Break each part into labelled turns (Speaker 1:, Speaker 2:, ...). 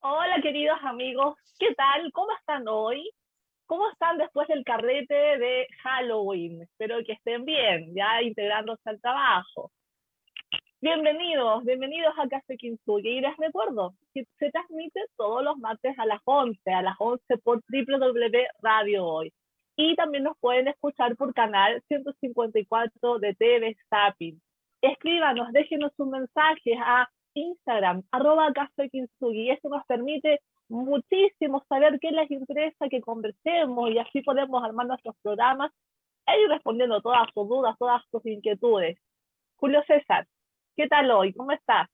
Speaker 1: Hola queridos amigos, ¿qué tal? ¿Cómo están hoy? ¿Cómo están después del carrete de Halloween? Espero que estén bien, ya integrándose al trabajo. Bienvenidos a Café Kintsugi. Y les recuerdo que se transmite todos los martes a las 11 por www Radio Hoy. Y también nos pueden escuchar por canal 154 de TV Zapping. Escríbanos, déjenos un mensaje a Instagram, @Café Kintsugi. Esto nos permite muchísimo saber qué les interesa que conversemos y así podemos armar nuestros programas e ir respondiendo todas sus dudas, todas sus inquietudes. Julio César, ¿qué tal hoy? ¿Cómo estás?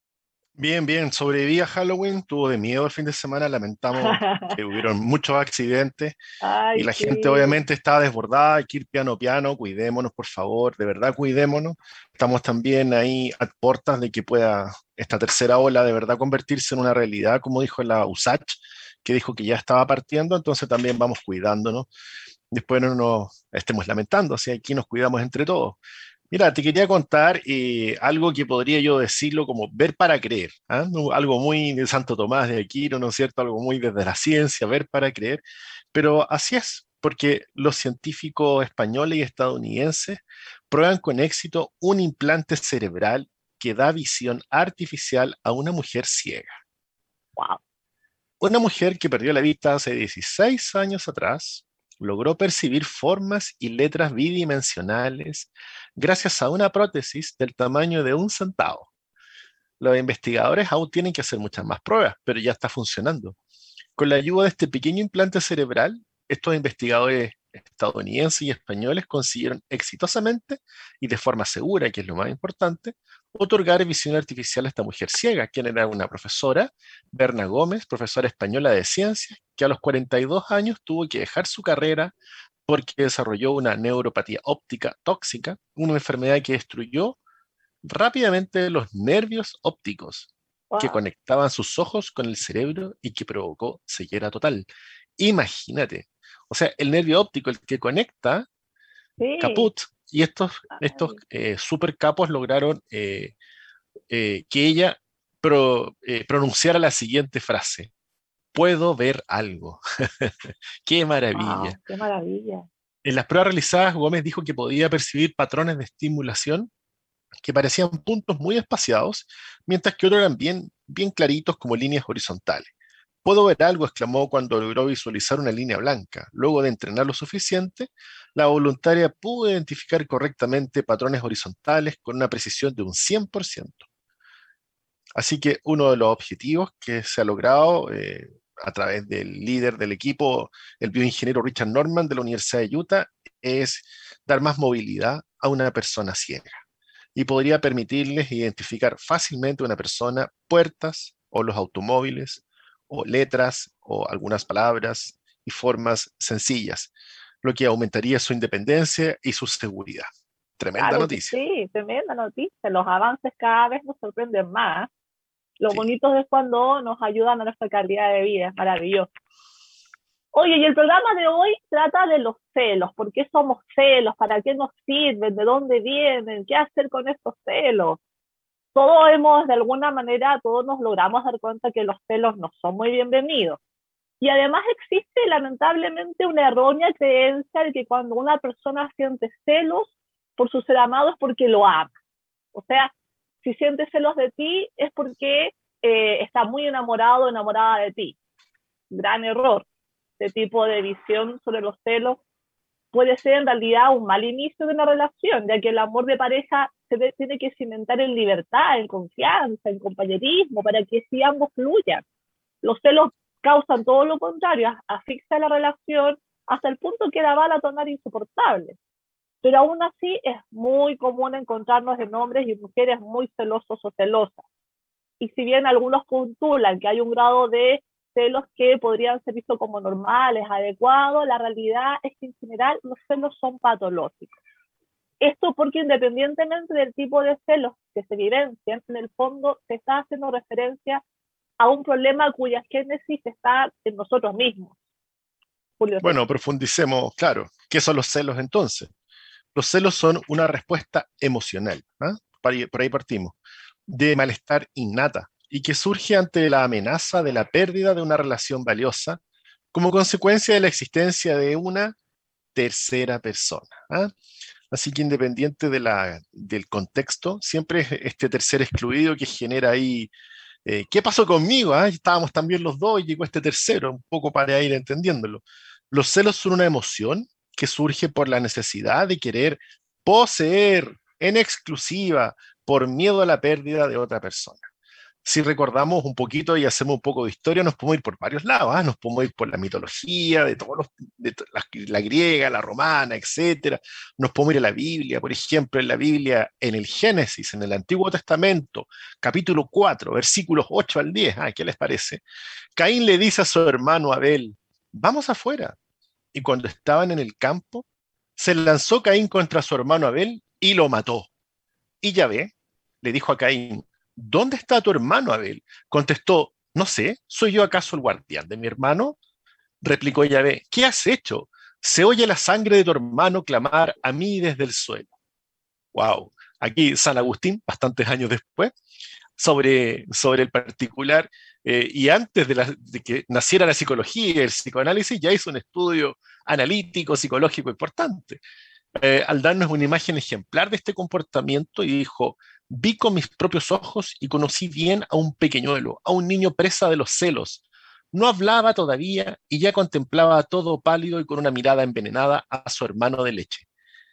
Speaker 2: Bien, bien, sobreviví a Halloween, tuvo de miedo el fin de semana, lamentamos que hubieron muchos accidentes y
Speaker 1: Ay,
Speaker 2: la gente
Speaker 1: sí.
Speaker 2: obviamente estaba desbordada, hay que ir piano a piano, cuidémonos por favor, de verdad cuidémonos. Estamos también ahí a puertas de que pueda esta tercera ola de verdad convertirse en una realidad, como dijo la USACH, que dijo que ya estaba partiendo, entonces también vamos cuidándonos, después no nos estemos lamentando, así aquí nos cuidamos entre todos. Mira, te quería contar algo que podría yo decirlo como ver para creer, ¿ah? Algo muy de Santo Tomás de Aquino, ¿no es cierto? Algo muy desde la ciencia, ver para creer, pero así es, porque los científicos españoles y estadounidenses prueban con éxito un implante cerebral que da visión artificial a una mujer ciega.
Speaker 1: Wow.
Speaker 2: Una mujer que perdió la vista hace 16 años atrás logró percibir formas y letras bidimensionales gracias a una prótesis del tamaño de un centavo. Los investigadores aún tienen que hacer muchas más pruebas, pero ya está funcionando. Con la ayuda de este pequeño implante cerebral, estos investigadores estadounidenses y españoles consiguieron exitosamente y de forma segura, que es lo más importante, otorgar visión artificial a esta mujer ciega, quien era una profesora, Berna Gómez, profesora española de ciencias, que a los 42 años tuvo que dejar su carrera porque desarrolló una neuropatía óptica tóxica, una enfermedad que destruyó rápidamente los nervios ópticos que
Speaker 1: Wow.
Speaker 2: conectaban sus ojos con el cerebro y que provocó ceguera total. Imagínate, o sea, el nervio óptico, el que conecta,
Speaker 1: Sí.
Speaker 2: caput, y estos
Speaker 1: Ay.
Speaker 2: super capos lograron que ella pronunciara la siguiente frase: puedo ver algo. ¡Qué maravilla!
Speaker 1: Wow, qué maravilla.
Speaker 2: En las pruebas realizadas, Gómez dijo que podía percibir patrones de estimulación que parecían puntos muy espaciados, mientras que otros eran bien, bien claritos como líneas horizontales. Puedo ver algo, exclamó cuando logró visualizar una línea blanca. Luego de entrenar lo suficiente, la voluntaria pudo identificar correctamente patrones horizontales con una precisión de un 100%. Así que uno de los objetivos que se ha logrado a través del líder del equipo, el bioingeniero Richard Norman de la Universidad de Utah, es dar más movilidad a una persona ciega y podría permitirles identificar fácilmente a una persona puertas o los automóviles o letras o algunas palabras y formas sencillas, lo que aumentaría su independencia y su seguridad. Tremenda
Speaker 1: Claro que
Speaker 2: noticia.
Speaker 1: sí, tremenda noticia. Los avances cada vez nos sorprenden más. Lo
Speaker 2: Sí.
Speaker 1: bonito es cuando nos ayudan a nuestra calidad de vida, es maravilloso. Oye, y el programa de hoy trata de los celos. ¿Por qué somos celos? ¿Para qué nos sirven? ¿De dónde vienen? ¿Qué hacer con estos celos? Todos hemos, de alguna manera, todos nos logramos dar cuenta que los celos no son muy bienvenidos. Y además existe lamentablemente una errónea creencia de que cuando una persona siente celos por su ser amado es porque lo ama. O sea, si siente celos de ti es porque está muy enamorado o enamorada de ti. Gran error. Este tipo de visión sobre los celos puede ser en realidad un mal inicio de una relación, ya que el amor de pareja tiene que cimentar en libertad, en confianza, en compañerismo, para que sí ambos fluyan. Los celos causan todo lo contrario, asfixia la relación hasta el punto que la va a tornar insoportable. Pero aún así es muy común encontrarnos en hombres y mujeres muy celosos o celosas. Y si bien algunos postulan que hay un grado de celos que podrían ser vistos como normales, adecuados, la realidad es que en general los celos son patológicos. Esto porque independientemente del tipo de celos que se vivencian, en el fondo se está haciendo referencia a un problema cuya génesis está en nosotros mismos. Julio
Speaker 2: Bueno,
Speaker 1: César.
Speaker 2: profundicemos, claro, ¿qué son los celos entonces? Los celos son una respuesta emocional, ¿ah? Por ahí partimos, de malestar innata y que surge ante la amenaza de la pérdida de una relación valiosa como consecuencia de la existencia de una tercera persona. ¿Ah? Así que independiente del contexto, siempre es este tercer excluido que genera ahí, ¿qué pasó conmigo? ¿Ah? Estábamos también los dos y llegó este tercero, un poco para ir entendiéndolo. Los celos son una emoción que surge por la necesidad de querer poseer en exclusiva por miedo a la pérdida de otra persona. Si recordamos un poquito y hacemos un poco de historia, nos podemos ir por varios lados, ¿ah? Nos podemos ir por la mitología, la griega, la romana, etcétera. Nos podemos ir a la Biblia, por ejemplo, en la Biblia, en el Génesis, en el Antiguo Testamento, capítulo 4, versículos 8 al 10. ¿Ah? ¿Qué les parece? Caín le dice a su hermano Abel, vamos afuera. Y cuando estaban en el campo, se lanzó Caín contra su hermano Abel y lo mató. Y Yahvé le dijo a Caín, ¿dónde está tu hermano Abel? Contestó, no sé, ¿soy yo acaso el guardián de mi hermano? Replicó Yahvé, ¿qué has hecho? Se oye la sangre de tu hermano clamar a mí desde el suelo. Wow. Aquí San Agustín, bastantes años después, sobre el particular, y antes de que naciera la psicología y el psicoanálisis, ya hizo un estudio analítico, psicológico importante, al darnos una imagen ejemplar de este comportamiento y dijo, vi con mis propios ojos y conocí bien a un pequeñuelo, a un niño presa de los celos. No hablaba todavía y ya contemplaba todo pálido y con una mirada envenenada a su hermano de leche.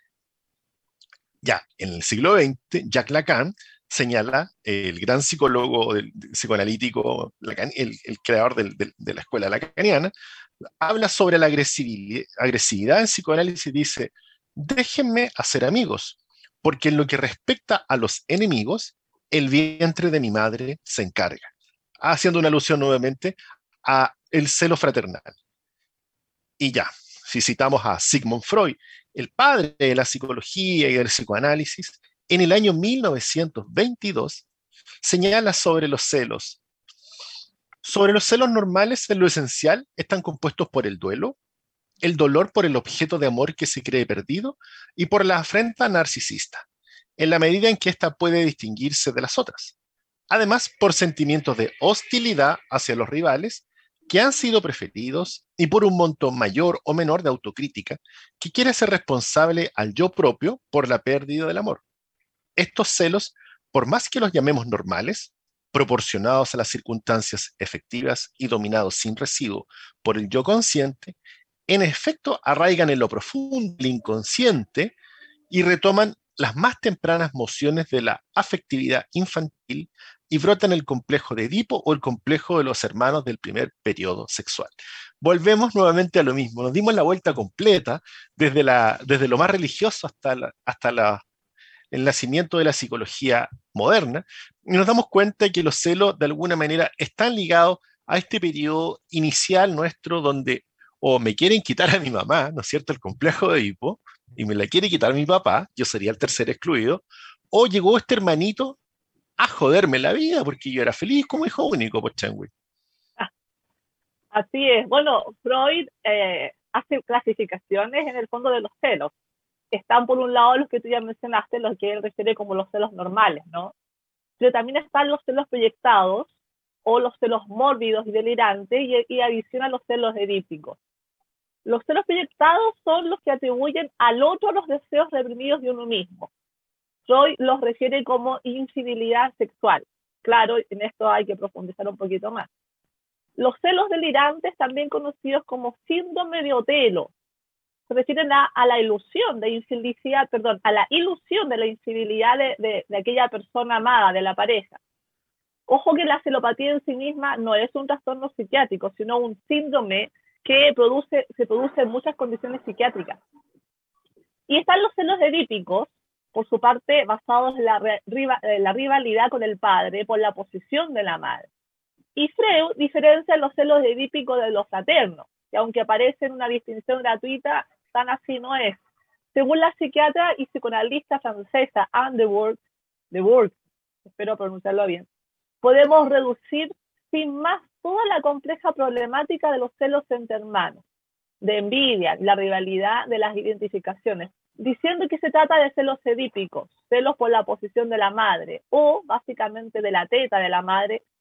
Speaker 2: Ya, en el siglo XX, Jacques Lacan señala, el gran psicólogo psicoanalítico, Lacan, el creador de la escuela lacaniana, habla sobre la agresividad en psicoanálisis, dice, déjenme hacer amigos, porque en lo que respecta a los enemigos, el vientre de mi madre se encarga. Haciendo una alusión nuevamente a el celo fraternal. Y ya, si citamos a Sigmund Freud, el padre de la psicología y del psicoanálisis, en el año 1922 señala sobre los celos. Sobre los celos normales, en lo esencial, están compuestos por el duelo, el dolor por el objeto de amor que se cree perdido y por la afrenta narcisista, en la medida en que ésta puede distinguirse de las otras. Además, por sentimientos de hostilidad hacia los rivales que han sido preferidos y por un monto mayor o menor de autocrítica que quiere ser responsable al yo propio por la pérdida del amor. Estos celos, por más que los llamemos normales, proporcionados a las circunstancias efectivas y dominados sin residuo por el yo consciente, en efecto arraigan en lo profundo del inconsciente y retoman las más tempranas mociones de la afectividad infantil y brotan el complejo de Edipo o el complejo de los hermanos del primer periodo sexual. Volvemos nuevamente a lo mismo, nos dimos la vuelta completa desde lo más religioso hasta el nacimiento de la psicología moderna, y nos damos cuenta de que los celos de alguna manera están ligados a este periodo inicial nuestro donde o me quieren quitar a mi mamá, ¿no es cierto?, el complejo de Edipo, y me la quiere quitar mi papá, yo sería el tercer excluido, o llegó este hermanito a joderme la vida porque yo era feliz como hijo único, pues changüey.
Speaker 1: Así es. Bueno, Freud hace clasificaciones en el fondo de los celos. Están por un lado los que tú ya mencionaste, los que él refiere como los celos normales, ¿no? Pero también están los celos proyectados o los celos mórbidos y delirantes y adiciona los celos edípicos. Los celos proyectados son los que atribuyen al otro los deseos reprimidos de uno mismo. Freud los refiere como infidelidad sexual. Claro, en esto hay que profundizar un poquito más. Los celos delirantes, también conocidos como síndrome de Otelo, se refieren a la ilusión de infelicidad, perdón, a la ilusión de la infidelidad de aquella persona amada, de la pareja. Ojo que la celopatía en sí misma no es un trastorno psiquiátrico, sino un síndrome que se produce en muchas condiciones psiquiátricas. Y están los celos edípicos, por su parte, basados en la rivalidad con el padre por la posición de la madre. Y Freud diferencia los celos edípicos de los fraternos, que aunque aparece en una distinción gratuita, tan así no es. Según la psiquiatra y psicoanalista francesa Anne de Bourg, espero pronunciarlo bien, podemos reducir sin más toda la compleja problemática de los celos entre hermanos, de envidia, la rivalidad de las identificaciones, diciendo que se trata de celos edípicos, celos por la posición de la madre, o básicamente de la teta de la madre,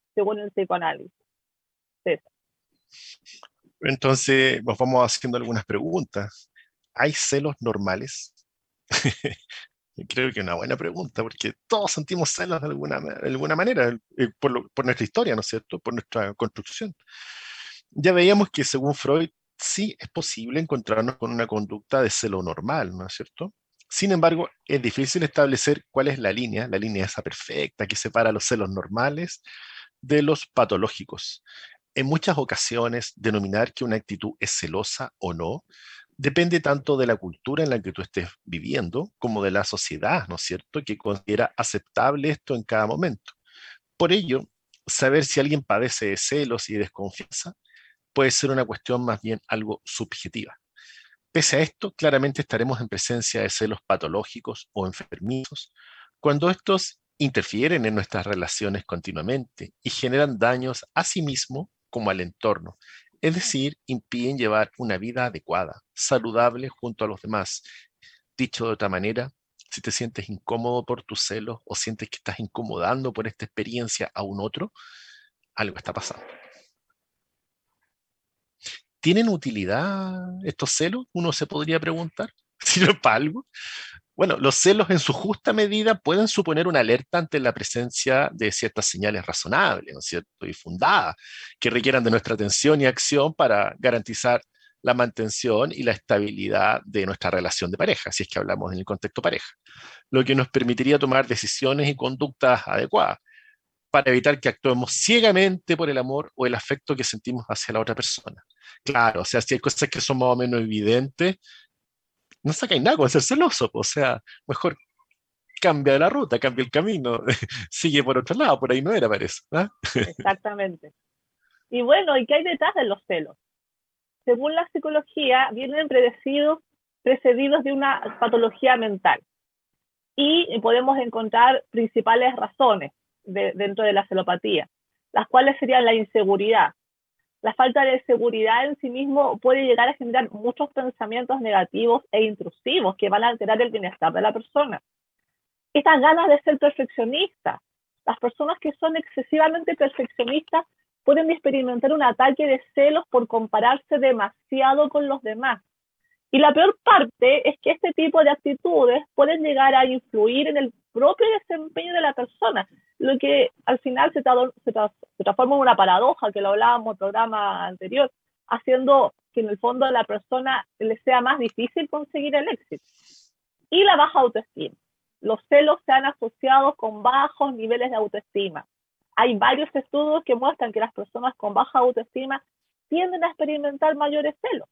Speaker 1: según el psicoanálisis. César.
Speaker 2: Entonces, nos vamos haciendo algunas preguntas. ¿Hay celos normales? Creo que es una buena pregunta, porque todos sentimos celos de alguna manera, por nuestra historia, ¿no es cierto? Por nuestra construcción. Ya veíamos que según Freud, sí es posible encontrarnos con una conducta de celo normal, ¿no es cierto? Sin embargo, es difícil establecer cuál es la línea esa perfecta que separa los celos normales de los patológicos. En muchas ocasiones, denominar que una actitud es celosa o no depende tanto de la cultura en la que tú estés viviendo como de la sociedad, ¿no es cierto?, que considera aceptable esto en cada momento. Por ello, saber si alguien padece de celos y desconfianza puede ser una cuestión más bien algo subjetiva. Pese a esto, claramente estaremos en presencia de celos patológicos o enfermizos cuando estos interfieren en nuestras relaciones continuamente y generan daños a sí mismo como al entorno, es decir, impiden llevar una vida adecuada, saludable junto a los demás. Dicho de otra manera, si te sientes incómodo por tus celos o sientes que estás incomodando por esta experiencia a un otro, algo está pasando. ¿Tienen utilidad estos celos? Uno se podría preguntar. ¿Sirven para algo? Bueno, los celos en su justa medida pueden suponer una alerta ante la presencia de ciertas señales razonables, ¿no es cierto?, y fundadas, que requieran de nuestra atención y acción para garantizar la mantención y la estabilidad de nuestra relación de pareja, si es que hablamos en el contexto pareja, lo que nos permitiría tomar decisiones y conductas adecuadas para evitar que actuemos ciegamente por el amor o el afecto que sentimos hacia la otra persona. Claro, o sea, si hay cosas que son más o menos evidentes, no sacáis nada con ser celoso, o sea, mejor cambia la ruta, cambia el camino, sigue por otro lado, por ahí no era, parece. ¿Ah?
Speaker 1: Exactamente. Y bueno, ¿y qué hay detrás de los celos? Según la psicología, vienen precedidos de una patología mental. Y podemos encontrar principales razones dentro de la celopatía, las cuales serían la inseguridad. La falta de seguridad en sí mismo puede llegar a generar muchos pensamientos negativos e intrusivos que van a alterar el bienestar de la persona. Estas ganas de ser perfeccionistas. Las personas que son excesivamente perfeccionistas pueden experimentar un ataque de celos por compararse demasiado con los demás. Y la peor parte es que este tipo de actitudes pueden llegar a influir en el propio desempeño de la persona, lo que al final se transforma en una paradoja, que lo hablábamos en el programa anterior, haciendo que en el fondo a la persona le sea más difícil conseguir el éxito. Y la baja autoestima. Los celos se han asociado con bajos niveles de autoestima. Hay varios estudios que muestran que las personas con baja autoestima tienden a experimentar mayores celos.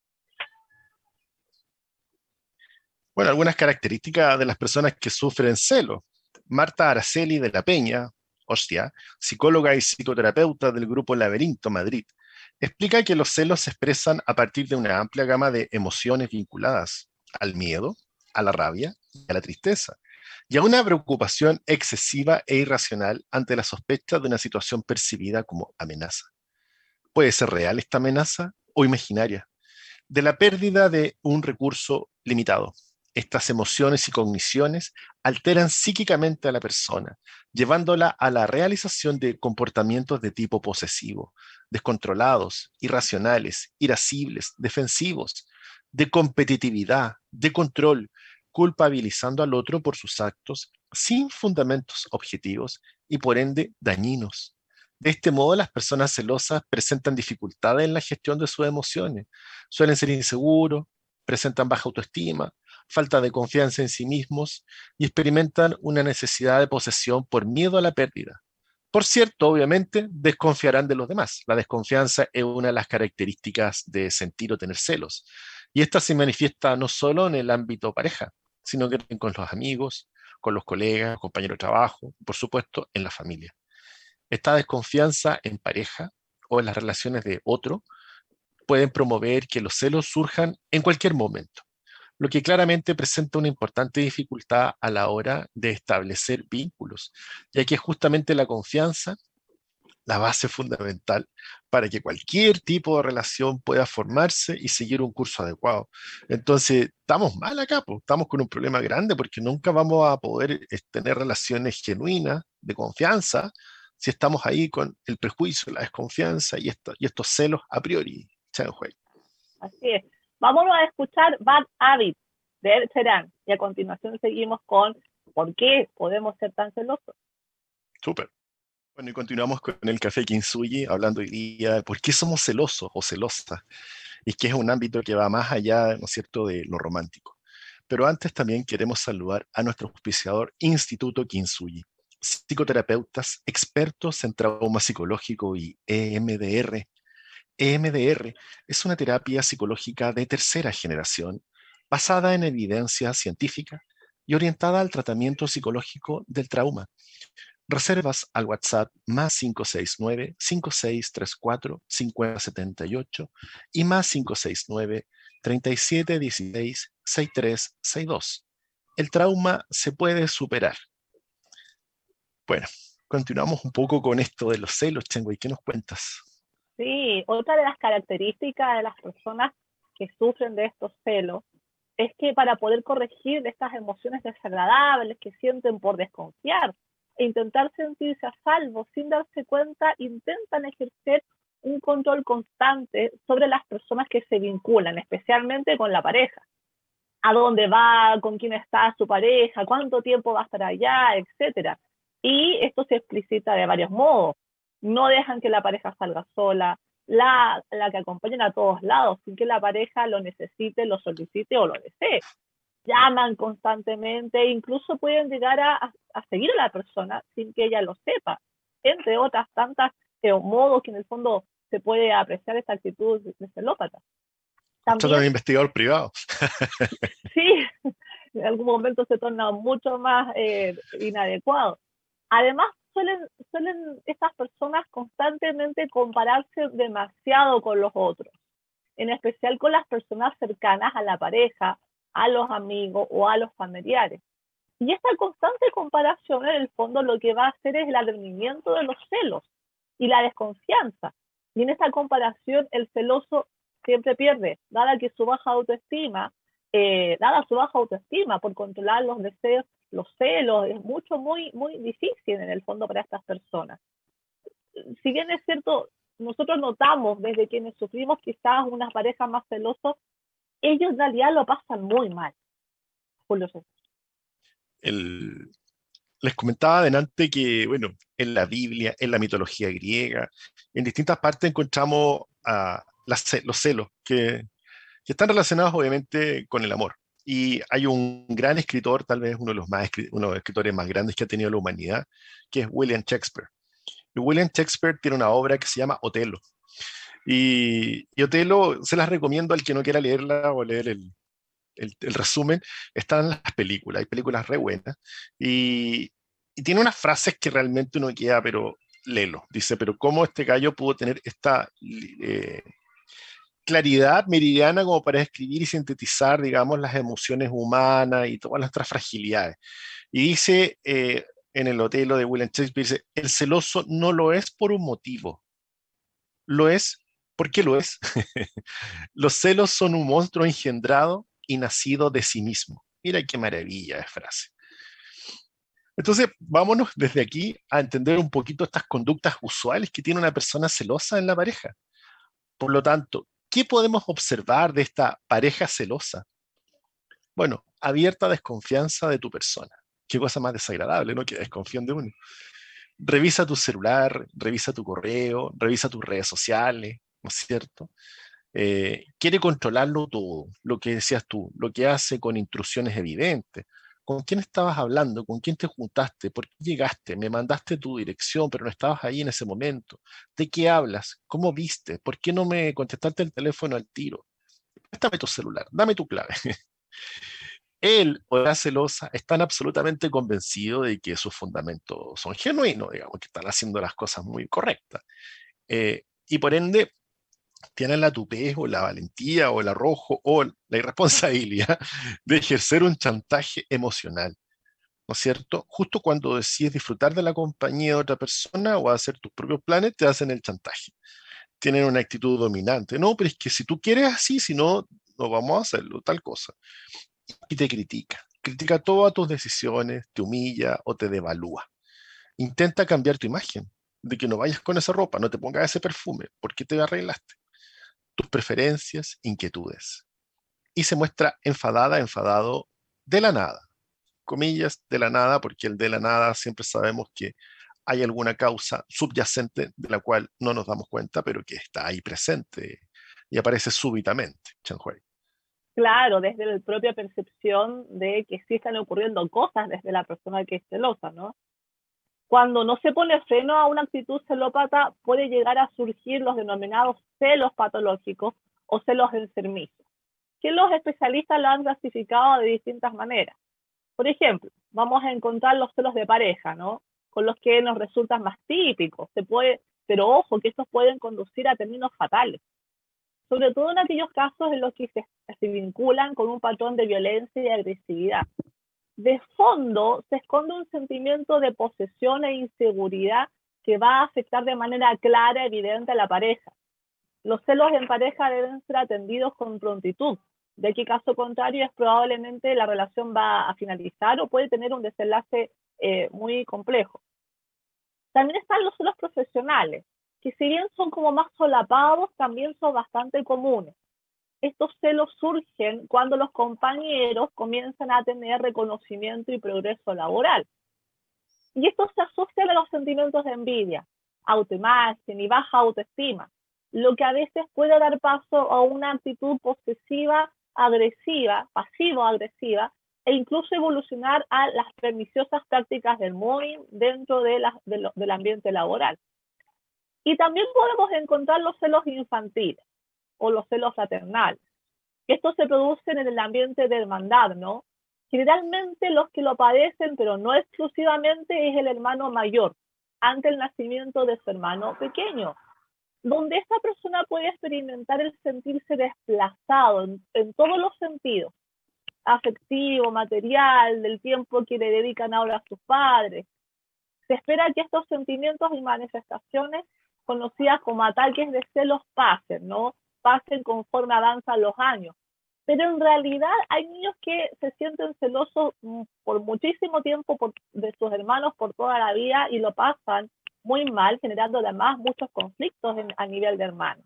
Speaker 2: Bueno, algunas características de las personas que sufren celos. Marta Araceli de la Peña, psicóloga y psicoterapeuta del Grupo Laberinto Madrid, explica que los celos se expresan a partir de una amplia gama de emociones vinculadas al miedo, a la rabia y a la tristeza, y a una preocupación excesiva e irracional ante la sospecha de una situación percibida como amenaza. Puede ser real esta amenaza o imaginaria, de la pérdida de un recurso limitado. Estas emociones y cogniciones alteran psíquicamente a la persona, llevándola a la realización de comportamientos de tipo posesivo, descontrolados, irracionales, irascibles, defensivos, de competitividad, de control, culpabilizando al otro por sus actos sin fundamentos objetivos y por ende dañinos. De este modo, las personas celosas presentan dificultades en la gestión de sus emociones. Suelen ser inseguros, presentan baja autoestima, falta de confianza en sí mismos y experimentan una necesidad de posesión por miedo a la pérdida. Por cierto, obviamente, desconfiarán de los demás. La desconfianza es una de las características de sentir o tener celos. Y esta se manifiesta no solo en el ámbito pareja, sino que también con los amigos, con los colegas, compañeros de trabajo, por supuesto, en la familia. Esta desconfianza en pareja o en las relaciones de otro pueden promover que los celos surjan en cualquier momento, lo que claramente presenta una importante dificultad a la hora de establecer vínculos, ya que es justamente la confianza la base fundamental para que cualquier tipo de relación pueda formarse y seguir un curso adecuado. Entonces, estamos mal acá, pues, estamos con un problema grande porque nunca vamos a poder tener relaciones genuinas de confianza si estamos ahí con el prejuicio, la desconfianza y estos celos a priori, Chen Hui.
Speaker 1: Así es. Vámonos a escuchar Bad Habits de Ed Sheeran y a continuación seguimos con ¿por qué podemos ser tan celosos?
Speaker 2: Súper. Bueno, y continuamos con el Café Kintsugi, hablando hoy día de por qué somos celosos o celosas, y que es un ámbito que va más allá, ¿no es cierto?, de lo romántico. Pero antes también queremos saludar a nuestro auspiciador Instituto Kintsugi, psicoterapeutas expertos en trauma psicológico y EMDR. EMDR es una terapia psicológica de tercera generación basada en evidencia científica y orientada al tratamiento psicológico del trauma. Reservas al WhatsApp más 569-5634-5078 y más 569-3716-6362. El trauma se puede superar. Bueno, continuamos un poco con esto de los celos, Chengwei. ¿Qué nos cuentas?
Speaker 1: Sí, otra de las características de las personas que sufren de estos celos es que para poder corregir estas emociones desagradables que sienten por desconfiar e intentar sentirse a salvo sin darse cuenta, intentan ejercer un control constante sobre las personas que se vinculan, especialmente con la pareja. A dónde va, con quién está su pareja, cuánto tiempo va a estar allá, etcétera. Y esto se explicita de varios modos. No dejan que la pareja salga sola, la que acompañen a todos lados sin que la pareja lo necesite, lo solicite o lo desee. Llaman constantemente, incluso pueden llegar a seguir a la persona sin que ella lo sepa, entre otras tantas modos que en el fondo se puede apreciar esta actitud de celópata.
Speaker 2: Trata
Speaker 1: También,
Speaker 2: de investigador privado.
Speaker 1: sí, en algún momento se torna mucho más inadecuado. Además, suelen estas personas constantemente compararse demasiado con los otros, en especial con las personas cercanas a la pareja, a los amigos o a los familiares. Y esta constante comparación, en el fondo, lo que va a hacer es el advenimiento de los celos y la desconfianza. Y en esta comparación, el celoso siempre pierde, dada su baja autoestima por controlar los deseos, los celos, es muy difícil en el fondo para estas personas. Si bien es cierto, nosotros notamos desde quienes sufrimos quizás unas parejas más celosas, ellos en realidad lo pasan muy mal, Julio César.
Speaker 2: Les comentaba adelante que, bueno, en la Biblia, en la mitología griega, en distintas partes encontramos los celos que están relacionados obviamente con el amor. Y hay un gran escritor, tal vez uno de los escritores más grandes que ha tenido la humanidad, que es William Shakespeare. Y William Shakespeare tiene una obra que se llama Otelo. Y Otelo se las recomiendo al que no quiera leerla o leer el resumen. Están en las películas, hay películas re buenas. Y tiene unas frases que realmente uno queda, pero léelo. Dice, pero ¿cómo este gallo pudo tener esta claridad meridiana como para describir y sintetizar, digamos, las emociones humanas y todas nuestras fragilidades? Y dice en el Otelo de William Shakespeare, dice, el celoso no lo es por un motivo, lo es porque lo es. Los celos son un monstruo engendrado y nacido de sí mismo. Mira qué maravilla de frase. Entonces, vámonos desde aquí a entender un poquito estas conductas usuales que tiene una persona celosa en la pareja. Por lo tanto, ¿qué podemos observar de esta pareja celosa? Bueno, abierta desconfianza de tu persona. Qué cosa más desagradable, ¿no? Que desconfíen de uno. Revisa tu celular, revisa tu correo, revisa tus redes sociales, ¿no es cierto? Quiere controlarlo todo, lo que decías tú, lo que hace con intrusiones evidentes. ¿Con quién estabas hablando? ¿Con quién te juntaste? ¿Por qué llegaste? Me mandaste tu dirección, pero no estabas ahí en ese momento. ¿De qué hablas? ¿Cómo viste? ¿Por qué no me contestaste el teléfono al tiro? Préstame tu celular, dame tu clave. Él o la celosa están absolutamente convencidos de que sus fundamentos son genuinos, digamos, que están haciendo las cosas muy correctas. Y por ende, tienen la tupez o la valentía o el arrojo o la irresponsabilidad de ejercer un chantaje emocional, ¿no es cierto? Justo cuando decides disfrutar de la compañía de otra persona o hacer tus propios planes, te hacen el chantaje. Tienen una actitud dominante. No, pero es que si tú quieres así, si no, no vamos a hacerlo, tal cosa. Y te critica. Critica todas tus decisiones, te humilla o te devalúa. Intenta cambiar tu imagen. de que no vayas con esa ropa, no te pongas ese perfume, ¿por qué te arreglaste? Tus preferencias, inquietudes. Y se muestra enfadada, enfadado de la nada, comillas, de la nada, porque el de la nada siempre sabemos que hay alguna causa subyacente de la cual no nos damos cuenta, pero que está ahí presente y aparece súbitamente, Chanhuay.
Speaker 1: Claro, desde la propia percepción de que sí están ocurriendo cosas desde la persona que es celosa, ¿no? Cuando no se pone freno a una actitud celópata, puede llegar a surgir los denominados celos patológicos o celos enfermizos, que los especialistas lo han clasificado de distintas maneras. Por ejemplo, vamos a encontrar los celos de pareja, ¿no? Con los que nos resultan más típicos. Pero ojo, que estos pueden conducir a términos fatales, sobre todo en aquellos casos en los que se vinculan con un patrón de violencia y agresividad. De fondo se esconde un sentimiento de posesión e inseguridad que va a afectar de manera clara, evidente a la pareja. Los celos en pareja deben ser atendidos con prontitud, de que caso contrario es probablemente la relación va a finalizar o puede tener un desenlace muy complejo. También están los celos profesionales, que si bien son como más solapados, también son bastante comunes. Estos celos surgen cuando los compañeros comienzan a tener reconocimiento y progreso laboral. Y esto se asocia a los sentimientos de envidia, autoimagen y baja autoestima, lo que a veces puede dar paso a una actitud posesiva, agresiva, pasivo-agresiva, e incluso evolucionar a las perniciosas prácticas del mobbing dentro del ambiente laboral. Y también podemos encontrar los celos infantiles o los celos fraternales. Estos se producen en el ambiente de hermandad, ¿no? Generalmente los que lo padecen, pero no exclusivamente, es el hermano mayor, ante el nacimiento de su hermano pequeño, donde esta persona puede experimentar el sentirse desplazado en todos los sentidos, afectivo, material, del tiempo que le dedican ahora a sus padres. Se espera que estos sentimientos y manifestaciones conocidas como ataques de celos pasen, ¿no? Pasen conforme avanzan los años. Pero en realidad hay niños que se sienten celosos por muchísimo tiempo de sus hermanos por toda la vida y lo pasan muy mal, generando además muchos conflictos a nivel de hermanos.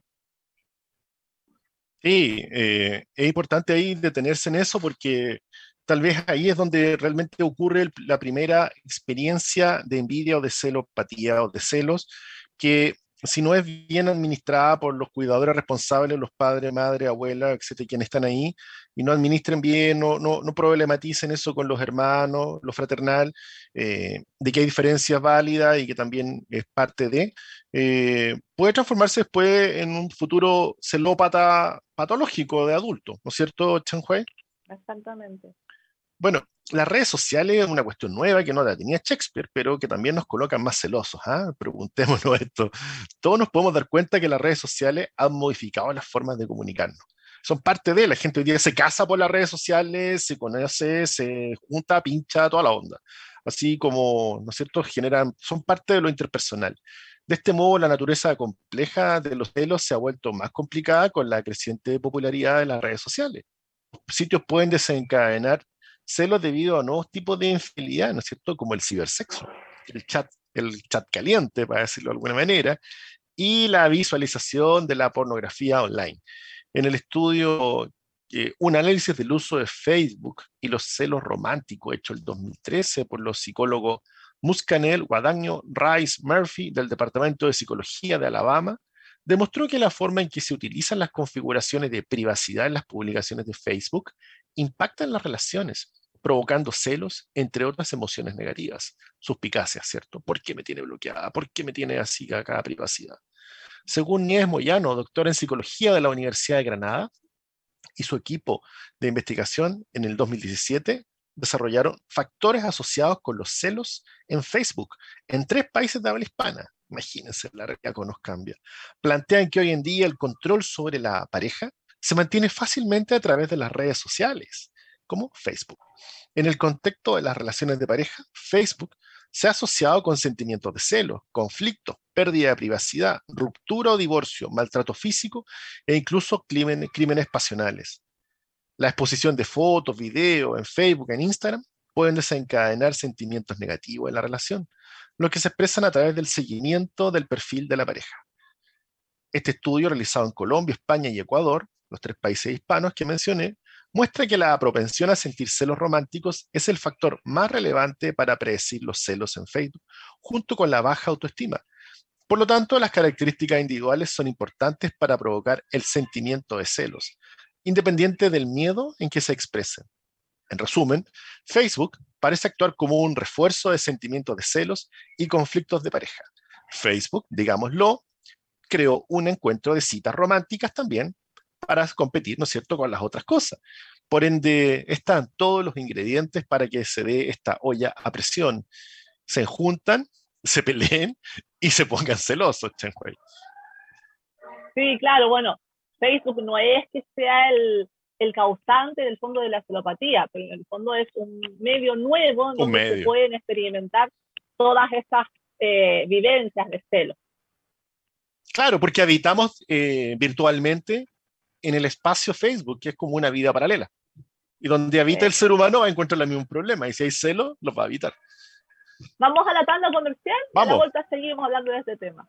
Speaker 2: Sí, es importante ahí detenerse en eso porque tal vez ahí es donde realmente ocurre la primera experiencia de envidia o de celopatía o de celos, que si no es bien administrada por los cuidadores responsables, los padres, madre, abuela, etcétera, quienes están ahí, y no administren bien, no problematicen eso con los hermanos, lo fraternal, de que hay diferencias válidas y que también es parte de, puede transformarse después en un futuro celópata patológico de adulto, ¿no es cierto, Chanhue?
Speaker 1: Exactamente.
Speaker 2: Bueno, las redes sociales es una cuestión nueva que no la tenía Shakespeare, pero que también nos colocan más celosos. ¿Ah? Preguntémonos esto. Todos nos podemos dar cuenta que las redes sociales han modificado las formas de comunicarnos. Son parte de la gente hoy día se casa por las redes sociales, se conoce, se junta, pincha, toda la onda. Así como, ¿no es cierto?, generan, son parte de lo interpersonal. De este modo, la naturaleza compleja de los celos se ha vuelto más complicada con la creciente popularidad de las redes sociales. Los sitios pueden desencadenar celos debido a nuevos tipos de infidelidad, ¿no es cierto? Como el cibersexo, el chat caliente, para decirlo de alguna manera, y la visualización de la pornografía online. En el estudio, un análisis del uso de Facebook y los celos románticos, hecho el 2013 por los psicólogos Muscanel, Guadagnino, Rice, Murphy, del Departamento de Psicología de Alabama, demostró que la forma en que se utilizan las configuraciones de privacidad en las publicaciones de Facebook impactan las relaciones, provocando celos, entre otras emociones negativas, suspicacias, ¿cierto? ¿Por qué me tiene bloqueada? ¿Por qué me tiene así acá privacidad? Según Nieves Moyano, doctor en psicología de la Universidad de Granada, y su equipo de investigación en el 2017 desarrollaron factores asociados con los celos en Facebook en 3 países de habla hispana. Imagínense, la realidad cómo nos cambia. Plantean que hoy en día el control sobre la pareja se mantiene fácilmente a través de las redes sociales, como Facebook. En el contexto de las relaciones de pareja, Facebook se ha asociado con sentimientos de celo, conflictos, pérdida de privacidad, ruptura o divorcio, maltrato físico e incluso crímenes pasionales. La exposición de fotos, videos en Facebook, en Instagram, pueden desencadenar sentimientos negativos en la relación, los que se expresan a través del seguimiento del perfil de la pareja. Este estudio, realizado en Colombia, España y Ecuador, los 3 países hispanos que mencioné, muestra que la propensión a sentir celos románticos es el factor más relevante para predecir los celos en Facebook, junto con la baja autoestima. Por lo tanto, las características individuales son importantes para provocar el sentimiento de celos, independiente del miedo en que se expresen. En resumen, Facebook parece actuar como un refuerzo de sentimientos de celos y conflictos de pareja. Facebook, digámoslo, creó un encuentro de citas románticas también para competir, ¿no es cierto?, con las otras cosas. Por ende, están todos los ingredientes para que se dé esta olla a presión. Se juntan, se peleen y se pongan celosos, Chenhuey.
Speaker 1: Sí, claro, bueno, Facebook no es que sea el causante del fondo de la celopatía, pero en el fondo es un medio nuevo en donde se pueden experimentar todas estas vivencias de celos.
Speaker 2: Claro, porque habitamos virtualmente en el espacio Facebook, que es como una vida paralela. Y donde habita el ser humano va a encontrar el mismo problema. Y si hay celos, los va a evitar.
Speaker 1: Vamos a la tanda comercial y a la vuelta seguimos hablando de este tema.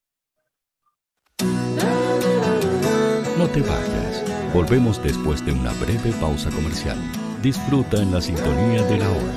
Speaker 3: No te vayas. Volvemos después de una breve pausa comercial. Disfruta en la sintonía de la hora.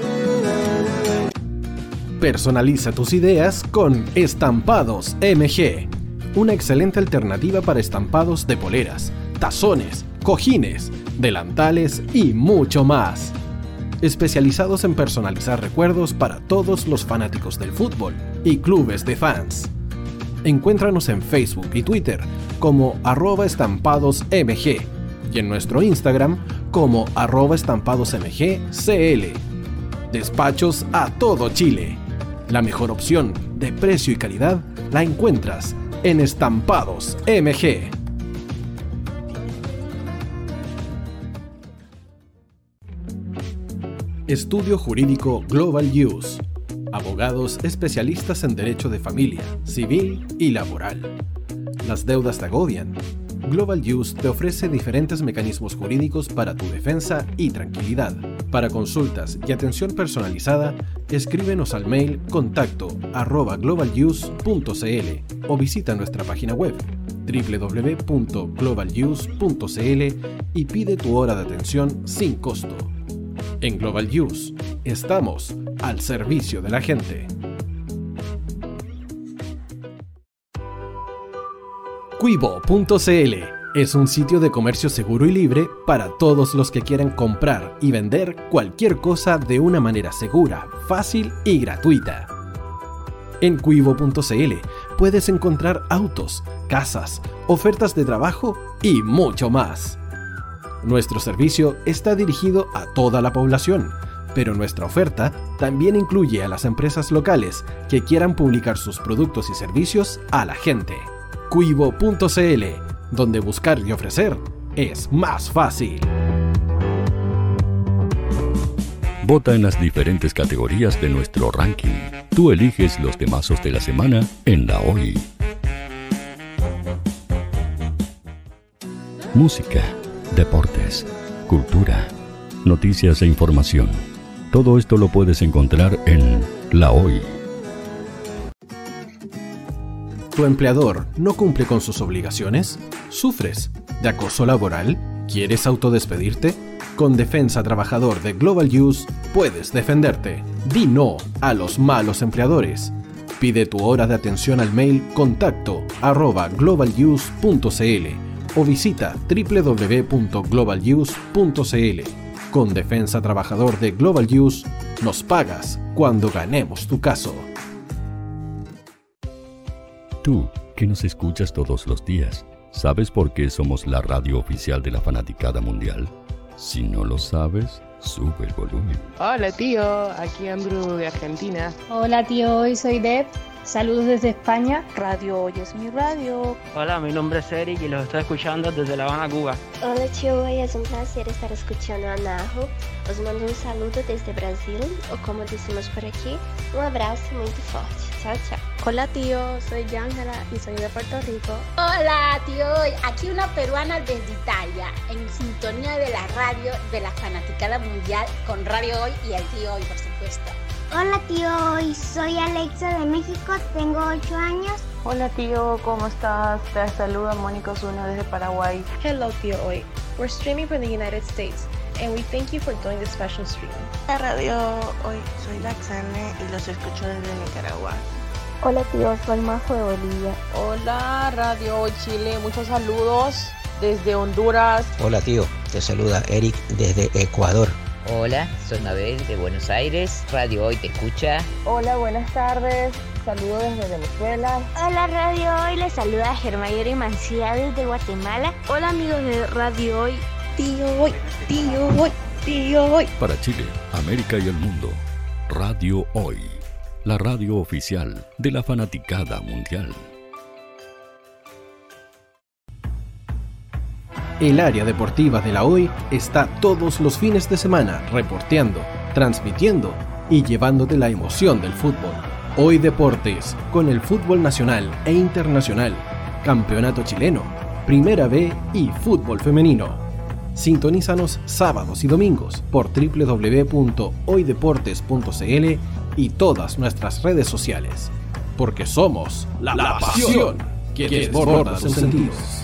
Speaker 4: Personaliza tus ideas con Estampados MG. Una excelente alternativa para estampados de poleras, tazones, cojines, delantales y mucho más. Especializados en personalizar recuerdos para todos los fanáticos del fútbol y clubes de fans. Encuéntranos en Facebook y Twitter como @estampadosmg y en nuestro Instagram como @estampadosmgcl. Despachos a todo Chile. La mejor opción de precio y calidad la encuentras en Estampados MG. Estudio Jurídico Global Use. Abogados especialistas en derecho de familia, civil y laboral. Las deudas te agobian. Global Use te ofrece diferentes mecanismos jurídicos para tu defensa y tranquilidad. Para consultas y atención personalizada, escríbenos al mail contacto@globaluse.cl o visita nuestra página web www.globaluse.cl y pide tu hora de atención sin costo. En Global Use, estamos al servicio de la gente. Quibo.cl es un sitio de comercio seguro y libre para todos los que quieran comprar y vender cualquier cosa de una manera segura, fácil y gratuita. En Quibo.cl puedes encontrar autos, casas, ofertas de trabajo y mucho más. Nuestro servicio está dirigido a toda la población, pero nuestra oferta también incluye a las empresas locales que quieran publicar sus productos y servicios a la gente. Quibo.cl, donde buscar y ofrecer es más fácil.
Speaker 3: Vota en las diferentes categorías de nuestro ranking. Tú eliges los temazos de la semana en La Hoy. Música, deportes, cultura, noticias e información. Todo esto lo puedes encontrar en La Hoy.
Speaker 4: ¿Tu empleador no cumple con sus obligaciones? ¿Sufres de acoso laboral? ¿Quieres autodespedirte? Con Defensa Trabajador de Global Use puedes defenderte. Di no a los malos empleadores. Pide tu hora de atención al mail contacto@globaluse.cl o visita www.globaluse.cl. Con Defensa Trabajador de Global Use, nos pagas cuando ganemos tu caso.
Speaker 3: Tú, que nos escuchas todos los días, ¿sabes por qué somos la radio oficial de la fanaticada mundial? Si no lo sabes, sube el volumen.
Speaker 5: Hola tío, aquí Andrew de Argentina.
Speaker 6: Hola tío, hoy soy Deb. Saludos desde España. Radio Hoy es mi radio.
Speaker 7: Hola, mi nombre es Eric y los estoy escuchando desde La Habana, Cuba.
Speaker 8: Hola tío, hoy es un placer estar escuchando a Najo. Os mando un saludo desde Brasil, o como decimos por aquí, un abrazo muy fuerte. Chao, chao.
Speaker 9: Hola tío, soy Yángela y soy de Puerto Rico.
Speaker 10: Hola tío, aquí una peruana desde Italia, en sintonía de la radio de la fanaticada mundial con Radio Hoy y el tío Hoy, por supuesto.
Speaker 11: Hola tío, soy Alexa de México, tengo 8 años.
Speaker 5: Hola tío, ¿cómo estás? Te saluda Mónica Osuna desde Paraguay.
Speaker 9: Hello tío Hoy. We're streaming from the United States and we thank you for doing this special stream.
Speaker 12: La radio Hoy, soy Laxane y los escucho desde Nicaragua.
Speaker 13: Hola tío, soy Majo de Bolivia.
Speaker 14: Hola Radio Hoy Chile, muchos saludos desde Honduras.
Speaker 15: Hola tío, te saluda Eric desde Ecuador.
Speaker 16: Hola, soy Mabel de Buenos Aires, Radio Hoy te escucha.
Speaker 5: Hola, buenas tardes, saludos desde Venezuela.
Speaker 11: Hola Radio Hoy, les saluda Germayori Mancía desde Guatemala.
Speaker 17: Hola amigos de Radio Hoy, tío Hoy, tío Hoy, tío Hoy.
Speaker 3: Para Chile, América y el mundo, Radio Hoy, la radio oficial de la fanaticada mundial.
Speaker 4: El área deportiva de la Hoy está todos los fines de semana reporteando, transmitiendo y llevándote la emoción del fútbol. Hoy Deportes, con el fútbol nacional e internacional, campeonato chileno, Primera B y fútbol femenino. Sintonízanos sábados y domingos por www.hoydeportes.cl y todas nuestras redes sociales. Porque somos la pasión que desborda sus sentidos.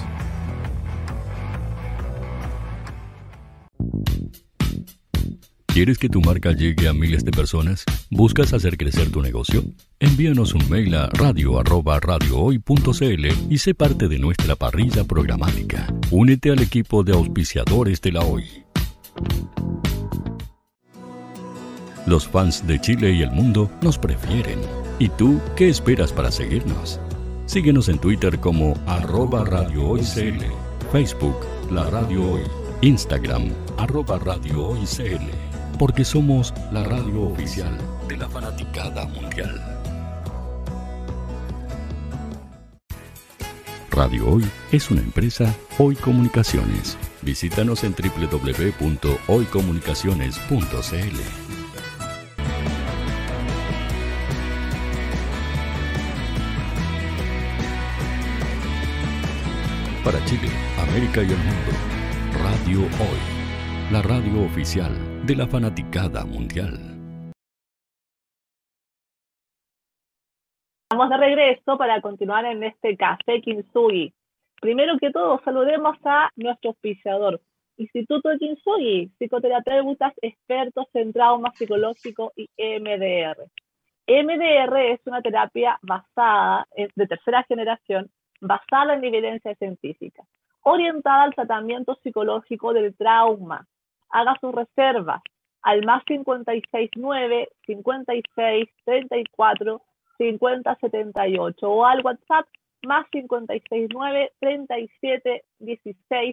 Speaker 3: ¿Quieres que tu marca llegue a miles de personas? ¿Buscas hacer crecer tu negocio? Envíanos un mail a radio@radiohoy.cl y sé parte de nuestra parrilla programática. Únete al equipo de auspiciadores de la Hoy. Los fans de Chile y el mundo nos prefieren. ¿Y tú qué esperas para seguirnos? Síguenos en Twitter como @radiohoycl, Facebook, La Radio Hoy, Instagram, @radiohoycl. Porque somos la radio oficial de la fanaticada mundial. Radio Hoy es una empresa Hoy Comunicaciones. Visítanos en www.hoycomunicaciones.cl. Para Chile, América y el mundo, Radio Hoy, la radio oficial de la fanaticada mundial.
Speaker 1: Estamos de regreso para continuar en este Café Kintsugi. Primero que todo, saludemos a nuestro auspiciador, Instituto de Kintsugi, psicoterapeutas expertos en trauma psicológico y EMDR. EMDR es una terapia de tercera generación, basada en evidencia científica, orientada al tratamiento psicológico del trauma. Haga sus reservas al más 569 56 34 50 78 o al WhatsApp más 569 37 16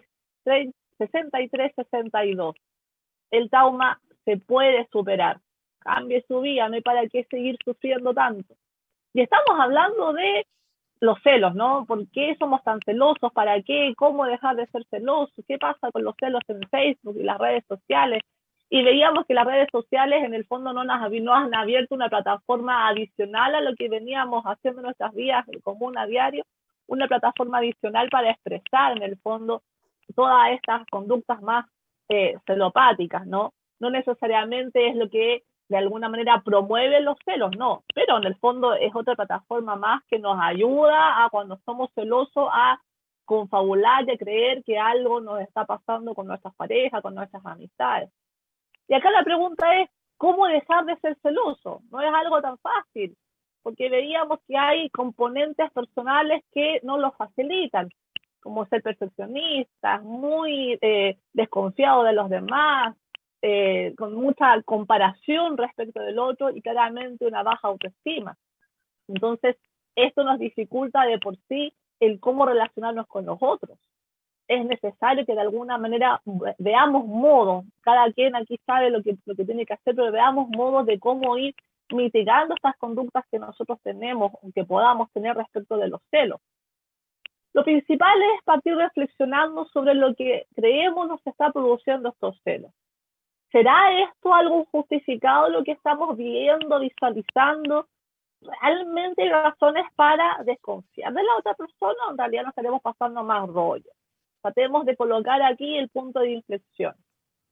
Speaker 1: 63 62. El trauma se puede superar. Cambie su vida, no hay para qué seguir sufriendo tanto. Y estamos hablando de los celos, ¿no? ¿Por qué somos tan celosos? ¿Para qué? ¿Cómo dejar de ser celosos? ¿Qué pasa con los celos en Facebook y las redes sociales? Y veíamos que las redes sociales en el fondo no nos han abierto una plataforma adicional a lo que veníamos haciendo en nuestras vidas común a diario, una plataforma adicional para expresar en el fondo todas estas conductas más celopáticas, ¿no? No necesariamente es lo que de alguna manera promueve los celos, no, pero en el fondo es otra plataforma más que nos ayuda a cuando somos celosos a confabular y a creer que algo nos está pasando con nuestras parejas, con nuestras amistades. Y acá la pregunta es, ¿cómo dejar de ser celoso? No es algo tan fácil, porque veíamos que hay componentes personales que no lo facilitan, como ser perfeccionistas, muy desconfiado de los demás, con mucha comparación respecto del otro y claramente una baja autoestima. Entonces, esto nos dificulta de por sí el cómo relacionarnos con los otros. Es necesario que de alguna manera veamos modos, cada quien aquí sabe lo que tiene que hacer, pero veamos modos de cómo ir mitigando estas conductas que nosotros tenemos o que podamos tener respecto de los celos. Lo principal es partir reflexionando sobre lo que creemos nos está produciendo estos celos. ¿Será esto algo justificado lo que estamos viendo, visualizando? ¿Realmente hay razones para desconfiar de la otra persona o en realidad nos estaremos pasando más rollo? Tratemos de colocar aquí el punto de inflexión.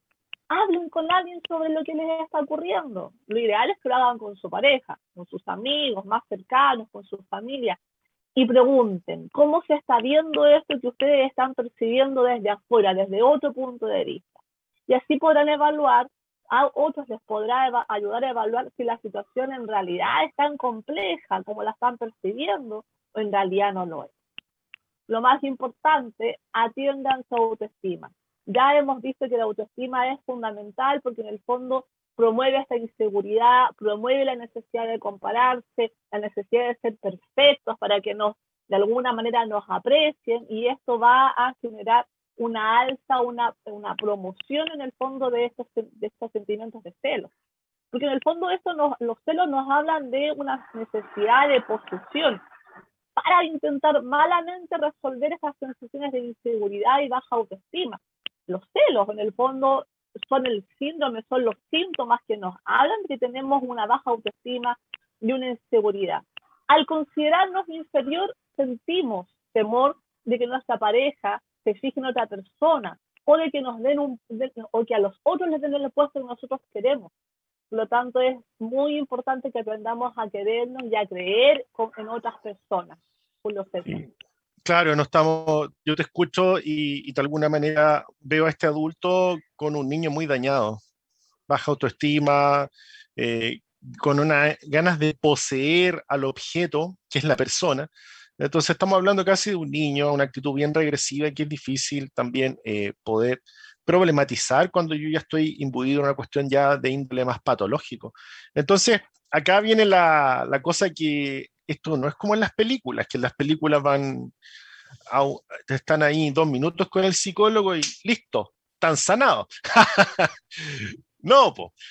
Speaker 1: hablen con alguien sobre lo que les está ocurriendo. Lo ideal es que lo hagan con su pareja, con sus amigos más cercanos, con su familia, y pregunten cómo se está viendo esto que ustedes están percibiendo desde afuera, desde otro punto de vista. Y así podrán evaluar, a otros les podrá ayudar a evaluar si la situación en realidad es tan compleja como la están percibiendo o en realidad no lo es. Lo más importante, atiendan su autoestima. Ya hemos visto que la autoestima es fundamental porque en el fondo promueve esta inseguridad, promueve la necesidad de compararse, la necesidad de ser perfectos para que de alguna manera nos aprecien, y esto va a generar una alza, una promoción en el fondo de estos sentimientos de celos. Porque en el fondo los celos nos hablan de una necesidad de posesión para intentar malamente resolver esas sensaciones de inseguridad y baja autoestima. Los celos en el fondo son el síndrome, son los síntomas que nos hablan de que tenemos una baja autoestima y una inseguridad. Al considerarnos inferior, sentimos temor de que nuestra pareja se fije en otra persona, o de que nos den o que a los otros les den el puesto que nosotros queremos. Por lo tanto, es muy importante que aprendamos a querernos y a creer en otras personas. Por los celos.
Speaker 2: Claro, yo te escucho y de alguna manera veo a este adulto con un niño muy dañado, baja autoestima, con ganas de poseer al objeto, que es la persona. Entonces estamos hablando casi de un niño, una actitud bien regresiva, que es difícil también poder problematizar cuando yo ya estoy imbuido en una cuestión ya de índole más patológico. Entonces, acá viene la cosa que esto no es como en las películas, que en las películas están ahí 2 minutos con el psicólogo y listo, están sanados. No,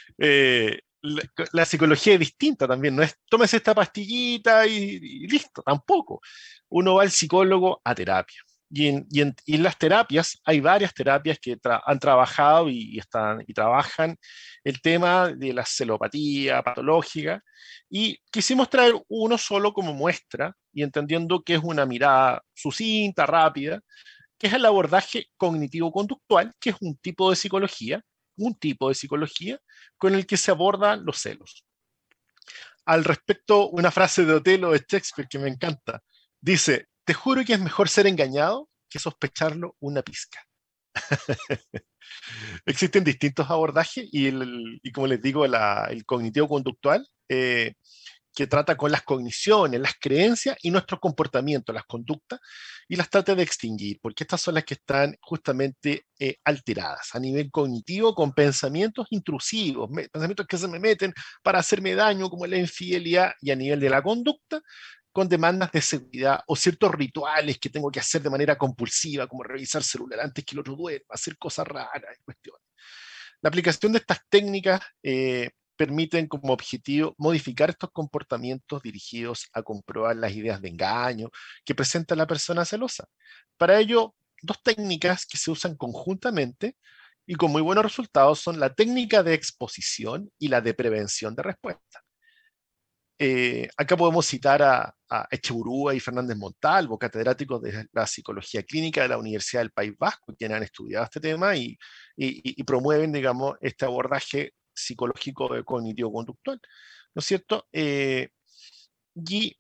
Speaker 2: la psicología es distinta también, no es tómese esta pastillita y listo, tampoco. Uno va al psicólogo a terapia. Y en las terapias, hay varias terapias que han trabajado y trabajan el tema de la celopatía patológica, y quisimos traer uno solo como muestra, y entendiendo que es una mirada sucinta, rápida, que es el abordaje cognitivo-conductual, que es un tipo de psicología con el que se abordan los celos. Al respecto, una frase de Otelo de Shakespeare que me encanta, dice: te juro que es mejor ser engañado que sospecharlo una pizca. Existen distintos abordajes y como les digo, el cognitivo-conductual, que trata con las cogniciones, las creencias y nuestros comportamientos, las conductas, y las trata de extinguir, porque estas son las que están justamente alteradas a nivel cognitivo, con pensamientos intrusivos, pensamientos que se me meten para hacerme daño, como la infidelidad, y a nivel de la conducta, con demandas de seguridad o ciertos rituales que tengo que hacer de manera compulsiva, como revisar celular antes que el otro duerma, hacer cosas raras, cuestiones. La aplicación de estas técnicas permiten como objetivo modificar estos comportamientos dirigidos a comprobar las ideas de engaño que presenta la persona celosa. Para ello, 2 técnicas que se usan conjuntamente y con muy buenos resultados son la técnica de exposición y la de prevención de respuesta. Acá podemos citar a Echeburúa y Fernández Montalvo, catedráticos de la psicología clínica de la Universidad del País Vasco, quienes han estudiado este tema y promueven, digamos, este abordaje psicológico cognitivo-conductual, ¿no es cierto? Y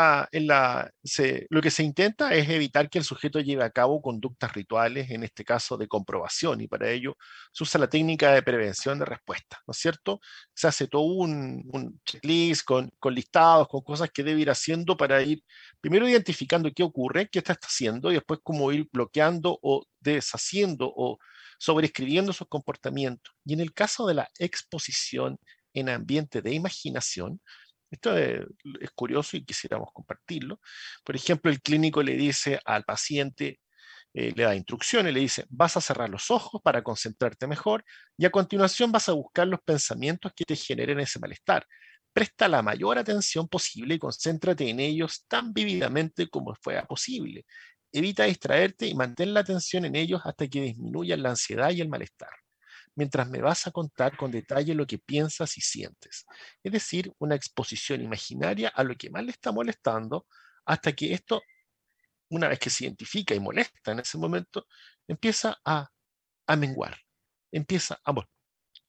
Speaker 2: lo que se intenta es evitar que el sujeto lleve a cabo conductas rituales, en este caso de comprobación, y para ello se usa la técnica de prevención de respuesta, ¿no es cierto? Se hace todo un checklist con listados, con cosas que debe ir haciendo para ir primero identificando qué ocurre, qué está haciendo, y después cómo ir bloqueando o deshaciendo o sobreescribiendo sus comportamientos. Y en el caso de la exposición en ambiente de imaginación, esto es curioso y quisiéramos compartirlo. Por ejemplo, el clínico le dice al paciente, le da instrucciones, le dice: vas a cerrar los ojos para concentrarte mejor y a continuación vas a buscar los pensamientos que te generen ese malestar. Presta la mayor atención posible y concéntrate en ellos tan vívidamente como fuera posible. Evita distraerte y mantén la atención en ellos hasta que disminuyan la ansiedad y el malestar, mientras me vas a contar con detalle lo que piensas y sientes. Es decir, una exposición imaginaria a lo que más le está molestando, hasta que esto, una vez que se identifica y molesta en ese momento, empieza a menguar, empieza a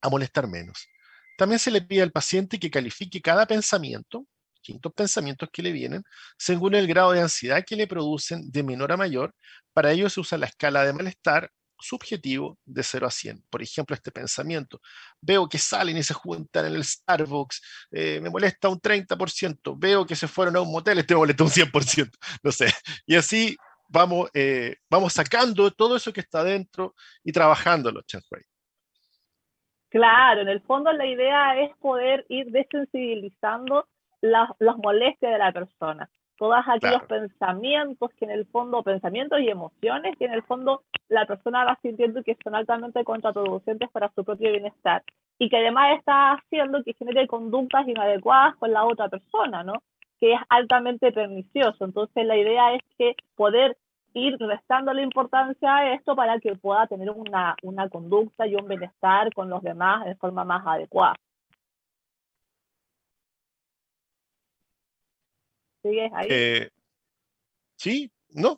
Speaker 2: a molestar menos. También se le pide al paciente que califique cada pensamiento, distintos pensamientos que le vienen, según el grado de ansiedad que le producen de menor a mayor. Para ello se usa la escala de malestar subjetivo de 0 a 100. Por ejemplo, este pensamiento: veo que salen y se juntan en el Starbucks, me molesta un 30%, veo que se fueron a un motel, este me molesta un 100%, no sé. Y así vamos sacando todo eso que está dentro y trabajándolo, Chen Hui.
Speaker 1: Claro, en el fondo la idea es poder ir desensibilizando las molestias de la persona. Todos aquellos pensamientos que en el fondo, pensamientos y emociones que en el fondo la persona va sintiendo que son altamente contraproducentes para su propio bienestar y que además está haciendo que genere conductas inadecuadas con la otra persona, ¿no? Que es altamente pernicioso. Entonces la idea es que poder ir restando la importancia a esto para que pueda tener una conducta y un bienestar con los demás de forma más adecuada. ¿Sigues ahí?
Speaker 2: Sí, no,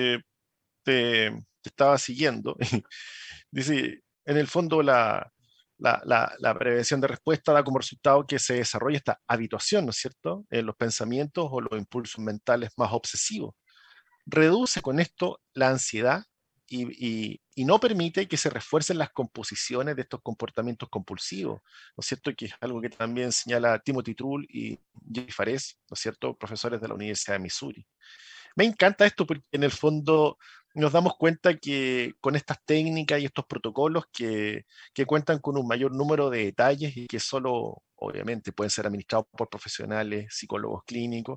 Speaker 2: te estaba siguiendo. Dice, en el fondo la prevención de respuesta da como resultado que se desarrolla esta habituación, ¿no es cierto?, en los pensamientos o los impulsos mentales más obsesivos. Reduce con esto la ansiedad y no permite que se refuercen las composiciones de estos comportamientos compulsivos, ¿no es cierto?, que es algo que también señala Timothy Trull y Jay Fares, ¿no es cierto?, profesores de la Universidad de Missouri. Me encanta esto porque en el fondo nos damos cuenta que con estas técnicas y estos protocolos que cuentan con un mayor número de detalles y que solo, obviamente, pueden ser administrados por profesionales, psicólogos clínicos,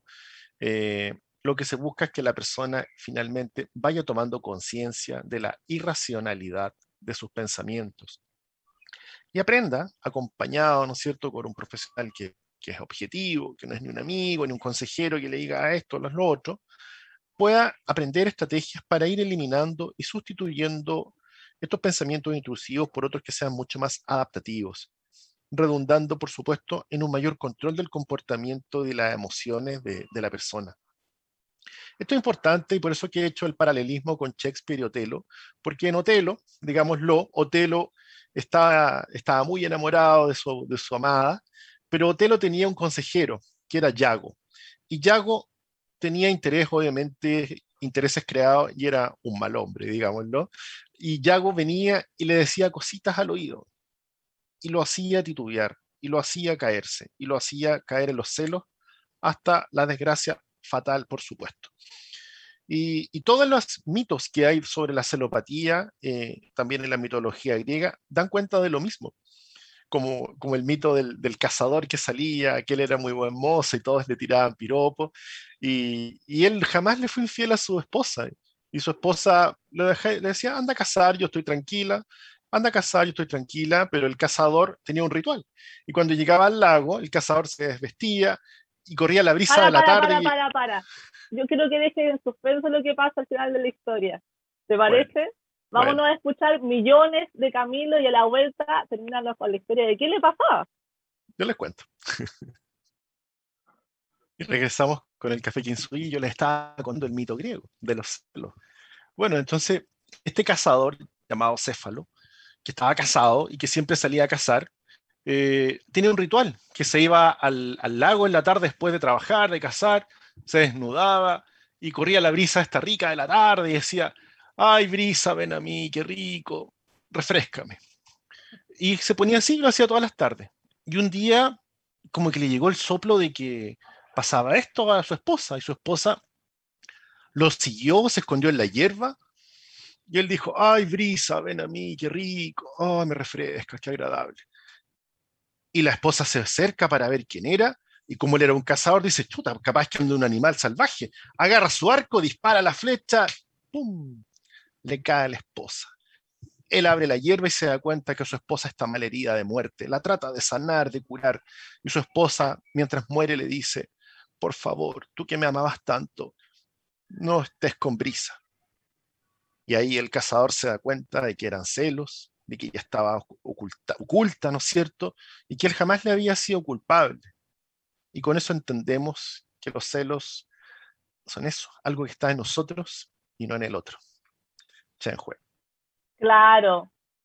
Speaker 2: lo que se busca es que la persona finalmente vaya tomando conciencia de la irracionalidad de sus pensamientos y aprenda, acompañado, ¿no es cierto?, por un profesional que es objetivo, que no es ni un amigo, ni un consejero que le diga esto o lo otro, pueda aprender estrategias para ir eliminando y sustituyendo estos pensamientos intrusivos por otros que sean mucho más adaptativos, redundando, por supuesto, en un mayor control del comportamiento y de las emociones de la persona. Esto es importante y por eso que he hecho el paralelismo con Shakespeare y Otelo, porque en Otelo, digámoslo, Otelo estaba muy enamorado de su amada, pero Otelo tenía un consejero, que era Yago, y Yago tenía interés, obviamente, intereses creados y era un mal hombre, digámoslo, y Yago venía y le decía cositas al oído, y lo hacía titubear, y lo hacía caerse, y lo hacía caer en los celos, hasta la desgracia fatal, por supuesto. Y todos los mitos que hay sobre la celopatía, también en la mitología griega, dan cuenta de lo mismo. Como el mito del cazador que salía, que él era muy buen mozo y todos le tiraban piropos, y él jamás le fue infiel a su esposa. Y su esposa le decía, anda a cazar, yo estoy tranquila, anda a cazar, yo estoy tranquila, pero el cazador tenía un ritual. Y cuando llegaba al lago, el cazador se desvestía y corría la brisa de la tarde.
Speaker 1: Para. Yo quiero que deje en suspenso lo que pasa al final de la historia. ¿Te parece? Vámonos a escuchar Millones de Camilo y a la vuelta terminamos con la historia de qué le pasaba.
Speaker 2: Yo les cuento. Y regresamos con el café Kintsugi y yo les estaba contando el mito griego de los celos. Bueno, entonces, este cazador llamado Céfalo, que estaba casado y que siempre salía a cazar, tiene un ritual, que se iba al lago en la tarde después de trabajar, de cazar, se desnudaba y corría la brisa esta rica de la tarde y decía, ay, brisa, ven a mí, qué rico, refréscame. Y se ponía así y lo hacía todas las tardes. Y un día, como que le llegó el soplo de que pasaba esto a su esposa, y su esposa lo siguió, se escondió en la hierba, y él dijo, ay, brisa, ven a mí, qué rico, oh, me refrescas, qué agradable. Y la esposa se acerca para ver quién era, y como él era un cazador, dice, chuta, capaz que anda un animal salvaje, agarra su arco, dispara la flecha, ¡pum!, le cae a la esposa. Él abre la hierba y se da cuenta que su esposa está malherida de muerte, la trata de sanar, de curar, y su esposa, mientras muere, le dice, por favor, tú que me amabas tanto, no estés con brisa. Y ahí el cazador se da cuenta de que eran celos, de que ella estaba oculta, ¿no es cierto? Y que él jamás le había sido culpable. Y con eso entendemos que los celos son eso, algo que está en nosotros y no en el otro. Chen Hui.
Speaker 1: Claro,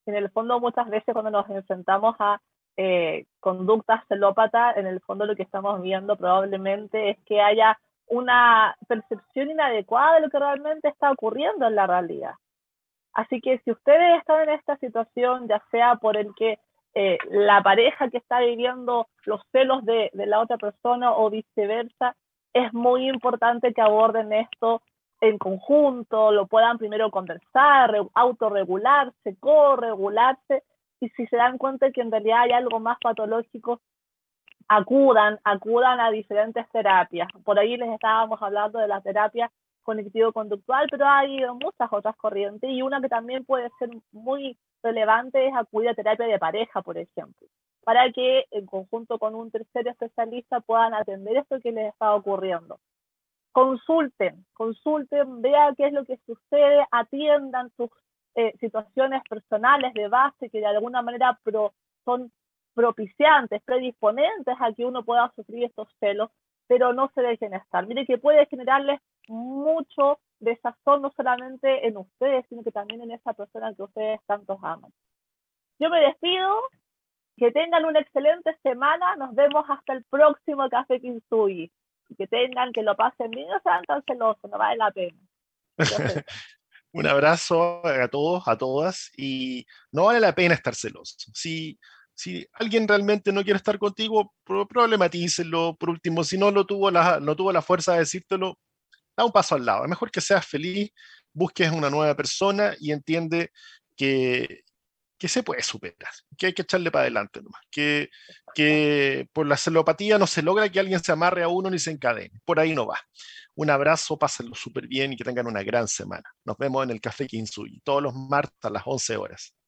Speaker 1: En el fondo, muchas veces cuando nos enfrentamos a conductas celópatas, en el fondo lo que estamos viendo probablemente es que haya una percepción inadecuada de lo que realmente está ocurriendo en la realidad. Así que si ustedes están en esta situación, ya sea por el que la pareja que está viviendo los celos de la otra persona o viceversa, es muy importante que aborden esto en conjunto, lo puedan primero conversar, autorregularse, corregularse, y si se dan cuenta que en realidad hay algo más patológico, acudan a diferentes terapias. Por ahí les estábamos hablando de la terapia cognitivo-conductual, pero hay muchas otras corrientes, y una que también puede ser muy relevante es acudir a terapia de pareja, por ejemplo, para que en conjunto con un tercer especialista puedan atender esto que les está ocurriendo. Consulten, vean qué es lo que sucede, atiendan sus situaciones personales de base que de alguna manera son propiciantes, predisponentes a que uno pueda sufrir estos celos, pero no se dejen estar. Mire que puede generarles mucho desazón, no solamente en ustedes, sino que también en esa persona que ustedes tantos aman. Yo me despido, que tengan una excelente semana, nos vemos hasta el próximo Café Kintsugi. Que lo pasen bien, no sean tan celosos, no vale la pena.
Speaker 2: Un abrazo a todos, a todas, y no vale la pena estar celoso. Si alguien realmente no quiere estar contigo, problematícenlo. Por último, si no tuvo la fuerza de decírtelo, da un paso al lado. Es mejor que seas feliz, busques una nueva persona y entiende que se puede superar, que hay que echarle para adelante nomás, que por la celopatía no se logra que alguien se amarre a uno ni se encadene, por ahí no va. Un abrazo, pásenlo súper bien y que tengan una gran semana. Nos vemos en el Café Kintsugi, todos los martes a las 11 horas.